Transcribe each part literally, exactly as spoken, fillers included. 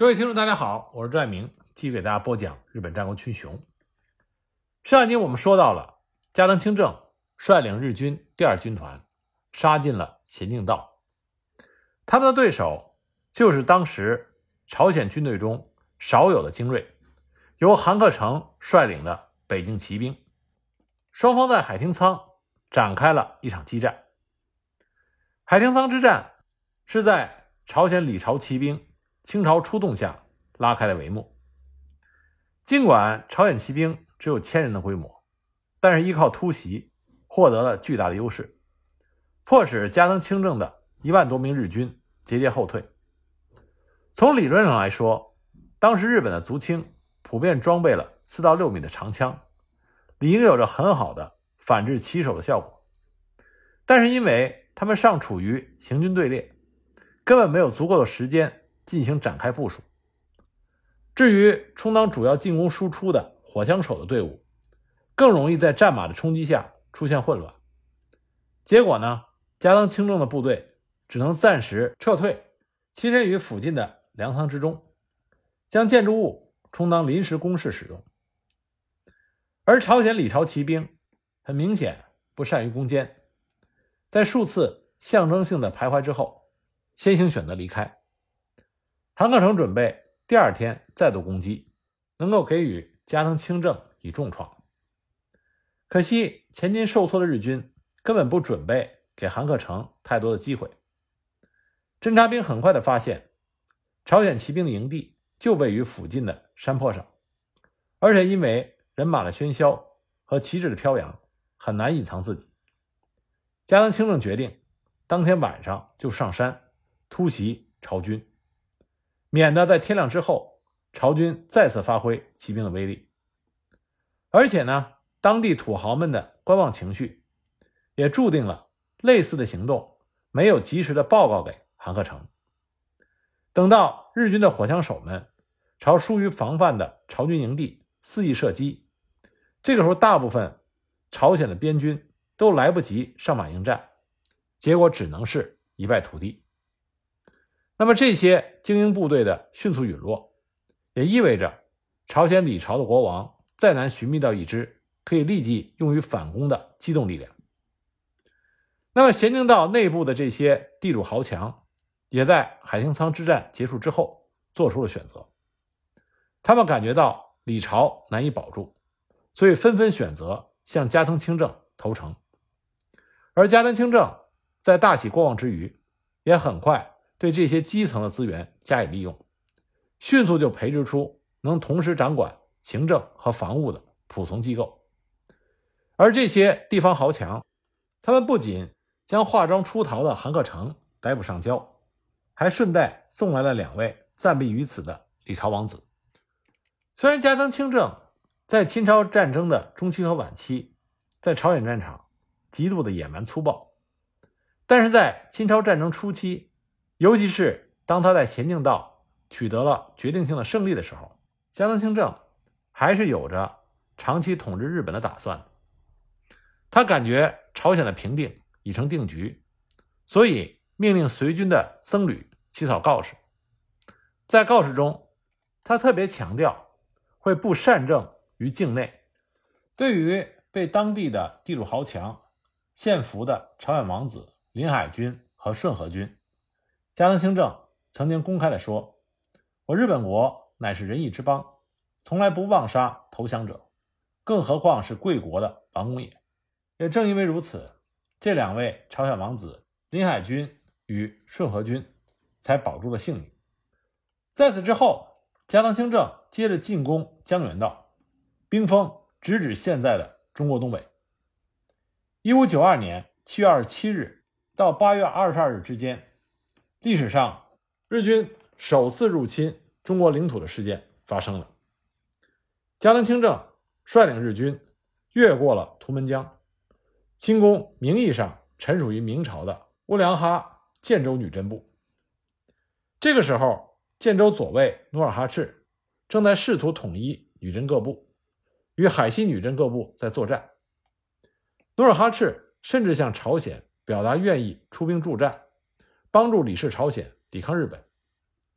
各位听众大家好，我是朱爱明，继续给大家播讲日本战国群雄。上一集我们说到了加藤清正率领日军第二军团杀进了咸镜道，他们的对手就是当时朝鲜军队中少有的精锐，由韩克成率领的北境骑兵。双方在海厅仓展开了一场激战。海厅仓之战是在朝鲜李朝骑兵倾巢出动下拉开了帷幕。尽管朝鲜骑兵只有千人的规模，但是依靠突袭获得了巨大的优势，迫使加藤清正的一万多名日军节节后退。从理论上来说，当时日本的足轻普遍装备了四到六米的长枪，理应有着很好的反制骑手的效果，但是因为他们尚处于行军队列，根本没有足够的时间进行展开部署。至于充当主要进攻输出的火枪手的队伍，更容易在战马的冲击下出现混乱。结果呢，加藤清正的部队只能暂时撤退，栖身于附近的粮仓之中，将建筑物充当临时工事使用。而朝鲜李朝骑兵很明显不善于攻坚，在数次象征性的徘徊之后，先行选择离开。韩克成准备第二天再度攻击，能够给予加藤清正以重创。可惜前进受挫的日军根本不准备给韩克成太多的机会。侦察兵很快地发现，朝鲜骑兵的营地就位于附近的山坡上，而且因为人马的喧嚣和旗帜的飘扬，很难隐藏自己。加藤清正决定当天晚上就上山突袭朝军，免得在天亮之后朝军再次发挥骑兵的威力。而且呢，当地土豪们的观望情绪也注定了类似的行动没有及时的报告给韩克成。等到日军的火枪手们朝疏于防范的朝军营地肆意射击，这个时候大部分朝鲜的边军都来不及上马应战，结果只能是一败涂地。那么这些精英部队的迅速陨落，也意味着朝鲜李朝的国王再难寻觅到一支可以立即用于反攻的机动力量。那么咸镜道内部的这些地主豪强也在海厅仓之战结束之后做出了选择，他们感觉到李朝难以保住，所以纷纷选择向加藤清正投诚。而加藤清正在大喜过望之余，也很快对这些基层的资源加以利用，迅速就培植出能同时掌管行政和防务的仆从机构。而这些地方豪强，他们不仅将化妆出逃的韩克成逮捕上交，还顺带送来了两位暂避于此的李朝王子。虽然加藤清正在秦朝战争的中期和晚期在朝鲜战场极度的野蛮粗暴，但是在秦朝战争初期，尤其是当他在咸镜道取得了决定性的胜利的时候，加藤清正还是有着长期统治日本的打算。他感觉朝鲜的平定已成定局，所以命令随军的僧侣起草告示。在告示中，他特别强调会布善政于境内，对于被当地的地主豪强献俘的朝鲜王子林海军和顺和军，加藤清正曾经公开地说，我日本国乃是仁义之邦，从来不妄杀投降者，更何况是贵国的王公也。也正因为如此，这两位朝鲜王子林海军与顺和军才保住了性命。在此之后，加藤清正接着进攻江原道，兵锋直指现在的中国东北。一五九二年七月二十七日到八月二十二日之间，历史上日军首次入侵中国领土的事件发生了。加藤清正率领日军越过了图门江，进攻名义上臣属于明朝的乌良哈建州女真部。这个时候，建州左卫努尔哈赤正在试图统一女真各部，与海西女真各部在作战。努尔哈赤甚至向朝鲜表达愿意出兵助战，帮助李氏朝鲜抵抗日本。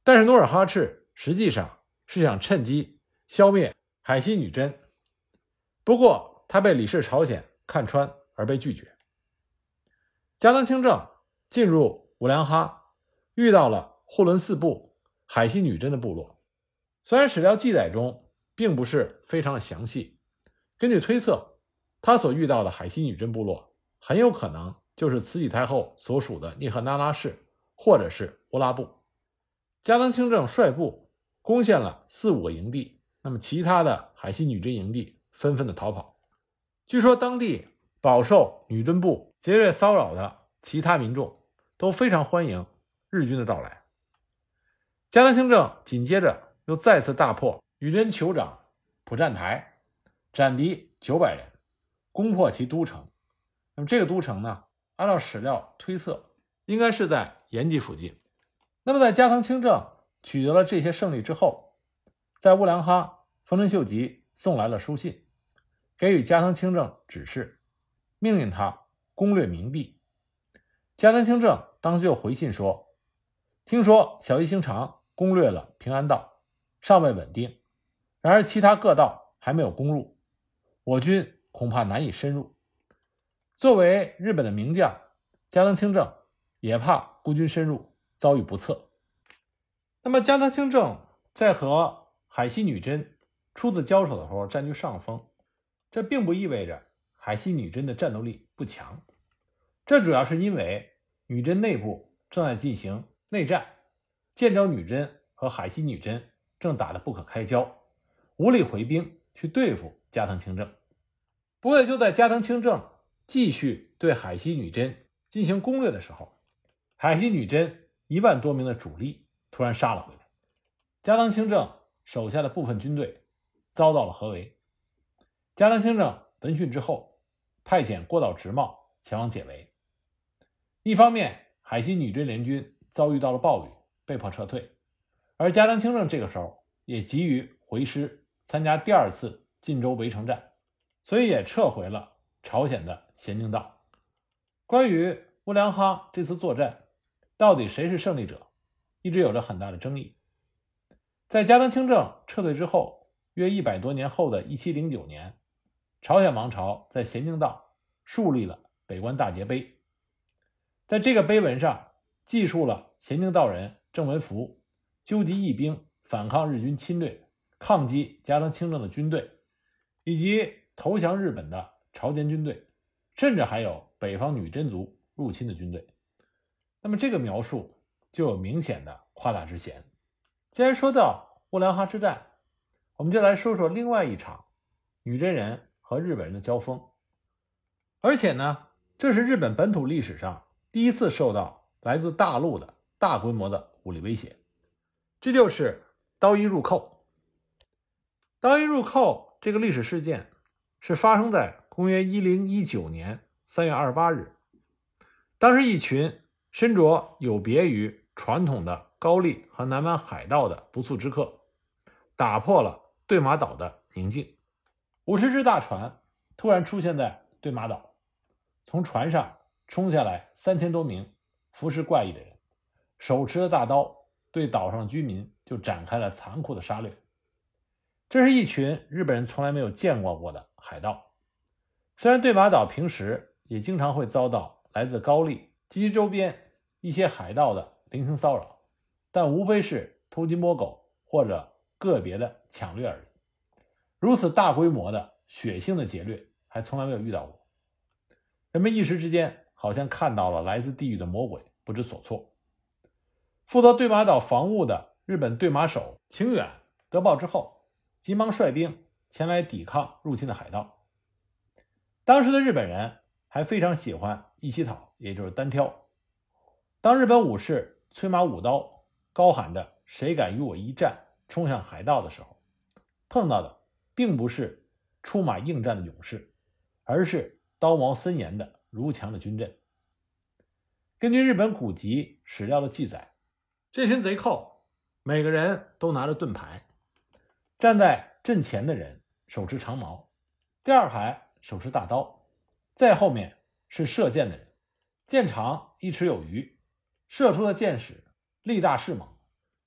但是努尔哈赤实际上是想趁机消灭海西女真，不过他被李氏朝鲜看穿而被拒绝。加藤清正进入乌良哈，遇到了护伦四部海西女真的部落，虽然史料记载中并不是非常的详细，根据推测，他所遇到的海西女真部落很有可能就是慈禧太后所属的聂赫那拉氏或者是乌拉部。加藤清正率部攻陷了四五个营地，那么其他的海西女真营地纷纷的逃跑。据说当地饱受女真部劫掠骚扰的其他民众都非常欢迎日军的到来。加藤清正紧接着又再次大破女真酋长普占台，斩敌九百人，攻破其都城。那么这个都城呢，按照史料推测应该是在延吉附近。那么在加藤清正取得了这些胜利之后，在乌良哈，丰臣秀吉送来了书信，给予加藤清正指示，命令他攻略明地。加藤清正当时就回信说，听说小西行长攻略了平安道，尚未稳定，然而其他各道还没有攻入，我军恐怕难以深入。作为日本的名将，加藤清正也怕孤军深入遭遇不测。那么加藤清正在和海西女真初次交手的时候占据上风，这并不意味着海西女真的战斗力不强，这主要是因为女真内部正在进行内战，建州女真和海西女真正打得不可开交，无力回兵去对付加藤清正。不过就在加藤清正继续对海西女真进行攻略的时候，海西女真一万多名的主力突然杀了回来，加藤清正手下的部分军队遭到了合围。加藤清正闻讯之后，派遣郭岛直茂前往解围。一方面，海西女真联军遭遇到了暴雨，被迫撤退，而加藤清正这个时候也急于回师参加第二次晋州围城战，所以也撤回了朝鲜的咸宁道。关于乌良哈这次作战到底谁是胜利者，一直有着很大的争议。在加藤清正撤退之后，约一百多年后的一七零九年，朝鲜王朝在咸宁道树立了北关大捷碑。在这个碑文上记述了咸宁道人郑文福纠集义兵反抗日军侵略，抗击加藤清正的军队，以及投降日本的朝鲜军队，甚至还有北方女真族入侵的军队。那么这个描述就有明显的夸大之嫌。既然说到乌良哈之战，我们就来说说另外一场女真人和日本人的交锋。而且呢，这是日本本土历史上第一次受到来自大陆的大规模的武力威胁，这就是刀一入寇。刀一入寇这个历史事件是发生在公元一零一九年三月二十八日，当时一群身着有别于传统的高丽和南蛮海盗的不速之客打破了对马岛的宁静。五十只大船突然出现在对马岛，从船上冲下来三千多名服饰怪异的人，手持着大刀，对岛上的居民就展开了残酷的杀掠。这是一群日本人从来没有见过过的海盗。虽然对马岛平时也经常会遭到来自高丽及其周边一些海盗的零星骚扰，但无非是偷鸡摸狗或者个别的抢掠而已。如此大规模的血腥的劫掠还从来没有遇到过，人们一时之间好像看到了来自地狱的魔鬼，不知所措。负责对马岛防务的日本对马守晴远得报之后，急忙率兵前来抵抗入侵的海盗。当时的日本人还非常喜欢一起讨，也就是单挑。当日本武士催马舞刀，高喊着谁敢与我一战冲向海盗的时候，碰到的并不是出马应战的勇士，而是刀矛森严的如墙的军阵。根据日本古籍史料的记载，这群贼寇每个人都拿着盾牌，站在阵前的人手持长矛，第二排手持大刀，再后面是射箭的人，箭长一尺有余，射出的箭矢力大势猛。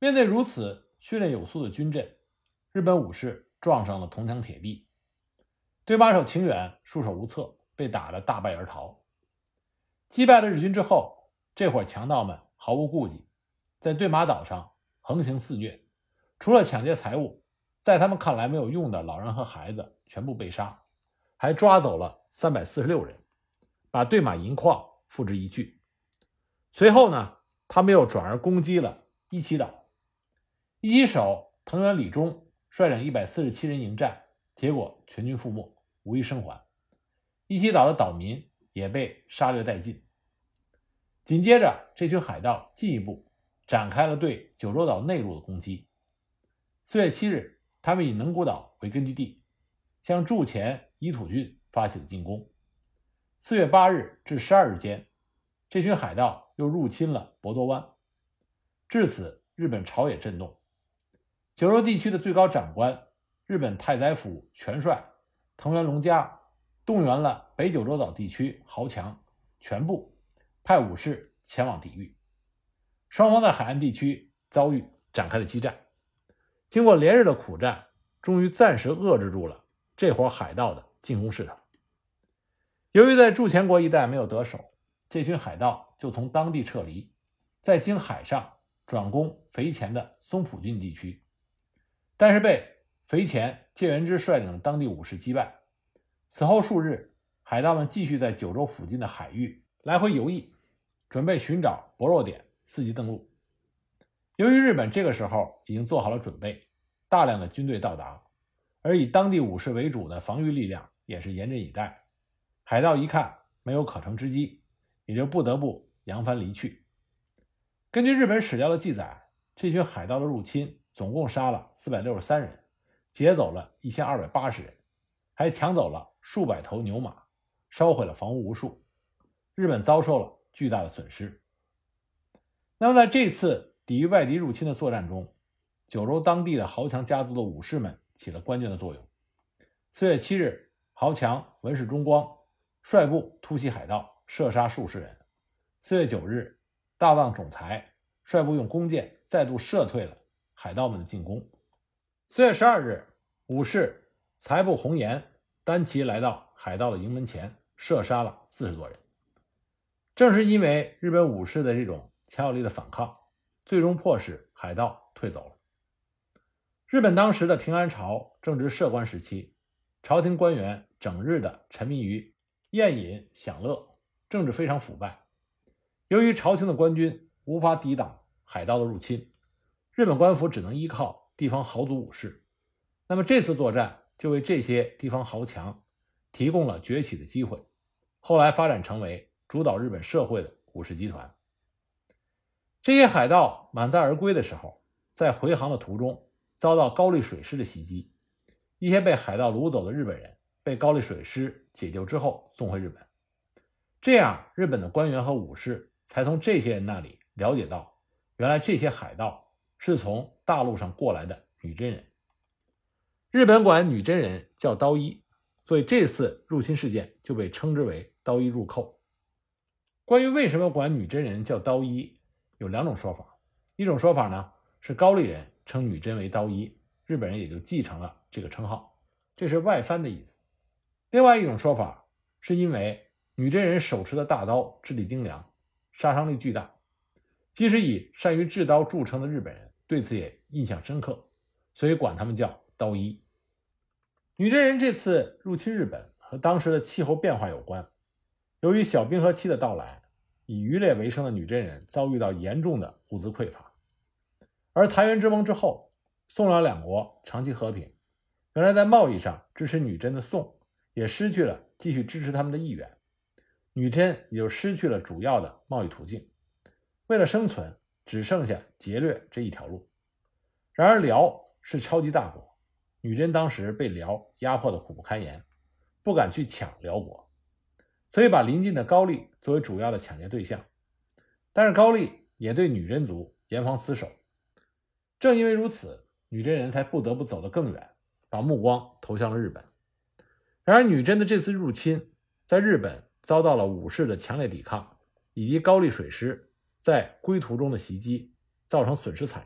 面对如此训练有素的军阵，日本武士撞上了铜墙铁壁，对马手晴远束手无策，被打得大败而逃。击败了日军之后，这伙强盗们毫无顾忌，在对马岛上横行肆虐，除了抢劫财物，在他们看来没有用的老人和孩子全部被杀，还抓走了三百四十六人，把对马银矿付之一炬。随后呢，他们又转而攻击了伊岐岛。一岐守藤原理忠率领一百四十七人迎战，结果全军覆没，无一生还。伊岐岛的岛民也被杀掠殆尽。紧接着，这群海盗进一步展开了对九州岛内陆的攻击。四月七日，他们以能古岛为根据地，向筑前伊土郡发起了进攻。四月八日至十二日间，这群海盗又入侵了博多湾。至此，日本朝野震动。九州地区的最高长官日本太宰府全帅藤原龙家动员了北九州岛地区豪强全部派武士前往抵御。双方在海岸地区遭遇展开了激战，经过连日的苦战，终于暂时遏制住了这伙海盗的进攻势头。由于在筑前国一带没有得手，这群海盗就从当地撤离，再经海上转攻肥前的松浦郡地区，但是被肥前介元之率领的当地武士击败。此后数日，海盗们继续在九州附近的海域来回游弋，准备寻找薄弱点，伺机登陆。由于日本这个时候已经做好了准备，大量的军队到达，而以当地武士为主的防御力量也是严阵以待，海盗一看没有可乘之机，也就不得不扬帆离去。根据日本史料的记载，这群海盗的入侵总共杀了四百六十三人，劫走了一千二百八十人，还抢走了数百头牛马，烧毁了房屋无数，日本遭受了巨大的损失。那么在这次抵御外敌入侵的作战中，九州当地的豪强家族的武士们起了关键的作用。四月七日，豪强文士忠光率部突袭海盗，射杀数十人。四月九日，大藏总裁率部用弓箭再度射退了海盗们的进攻。四月十二日，武士财部红岩单骑来到海盗的营门前，射杀了四十多人。正是因为日本武士的这种强有力的反抗，最终迫使海盗退走了。日本当时的平安朝正值摄关时期，朝廷官员整日的沉迷于宴饮享乐，政治非常腐败。由于朝廷的官军无法抵挡海盗的入侵，日本官府只能依靠地方豪族武士。那么这次作战就为这些地方豪强提供了崛起的机会，后来发展成为主导日本社会的武士集团。这些海盗满载而归的时候，在回航的途中遭到高丽水师的袭击，一些被海盗掳走的日本人被高丽水师解救之后送回日本。这样，日本的官员和武士才从这些人那里了解到，原来这些海盗是从大陆上过来的女真人。日本管女真人叫刀一，所以这次入侵事件就被称之为刀一入寇。关于为什么管女真人叫刀一，有两种说法。一种说法呢，是高丽人称女真为刀一，日本人也就继承了这个称号，这是外翻的意思。另外一种说法是因为女真人手持的大刀质地精良，杀伤力巨大，即使以善于制刀著称的日本人对此也印象深刻，所以管他们叫刀一。女真人这次入侵日本和当时的气候变化有关。由于小冰河期的到来，以渔猎为生的女真人遭遇到严重的物资匮乏。而台原之盟之后，宋辽两国长期和平，原来在贸易上支持女真的宋也失去了继续支持他们的意愿，女真也就失去了主要的贸易途径，为了生存只剩下劫掠这一条路。然而辽是超级大国，女真当时被辽压迫的苦不堪言，不敢去抢辽国，所以把邻近的高丽作为主要的抢劫对象。但是高丽也对女真族严防死守，正因为如此，女真人才不得不走得更远，把目光投向了日本。然而女真的这次入侵在日本遭到了武士的强烈抵抗，以及高丽水师在归途中的袭击，造成损失惨重，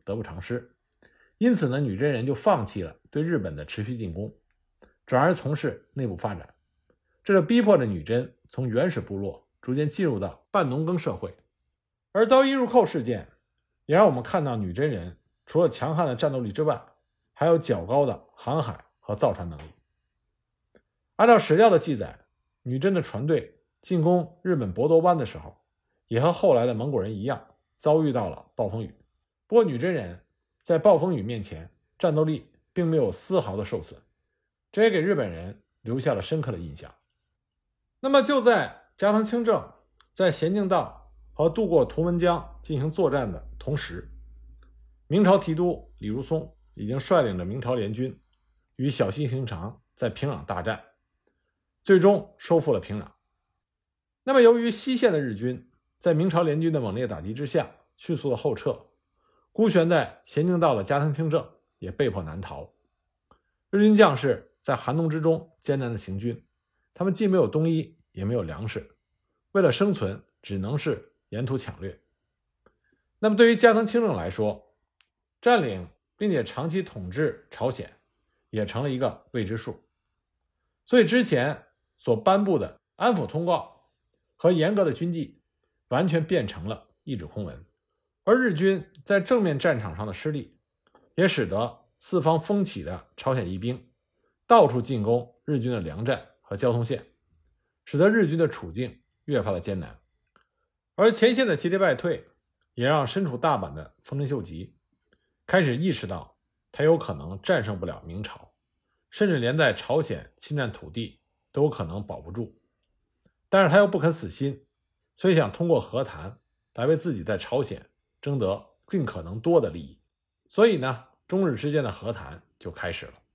得不偿失。因此呢，女真人就放弃了对日本的持续进攻，转而从事内部发展，这就逼迫着女真从原始部落逐渐进入到半农耕社会。而刀一入寇事件也让我们看到女真人除了强悍的战斗力之外，还有较高的航海和造船能力。按照史料的记载，女真的船队进攻日本博多湾的时候，也和后来的蒙古人一样，遭遇到了暴风雨。不过女真人在暴风雨面前战斗力并没有丝毫的受损，这也给日本人留下了深刻的印象。那么就在加藤清正在咸镜道和渡过图们江进行作战的同时，明朝提督李如松已经率领着明朝联军与小西行长在平壤大战，最终收复了平壤。那么由于西线的日军在明朝联军的猛烈打击之下迅速的后撤，孤悬在咸镜道的加藤清正也被迫南逃。日军将士在寒冬之中艰难的行军，他们既没有冬衣也没有粮食，为了生存只能是沿途抢掠。那么对于加藤清正来说，占领并且长期统治朝鲜也成了一个未知数，所以之前所颁布的安抚通告和严格的军纪完全变成了一纸空文。而日军在正面战场上的失利，也使得四方风起的朝鲜义兵到处进攻日军的粮站和交通线，使得日军的处境越发的艰难。而前线的节节败退，也让身处大阪的丰臣秀吉开始意识到他有可能战胜不了明朝，甚至连在朝鲜侵占土地都有可能保不住。但是他又不肯死心，所以想通过和谈来为自己在朝鲜争得尽可能多的利益。所以呢，中日之间的和谈就开始了。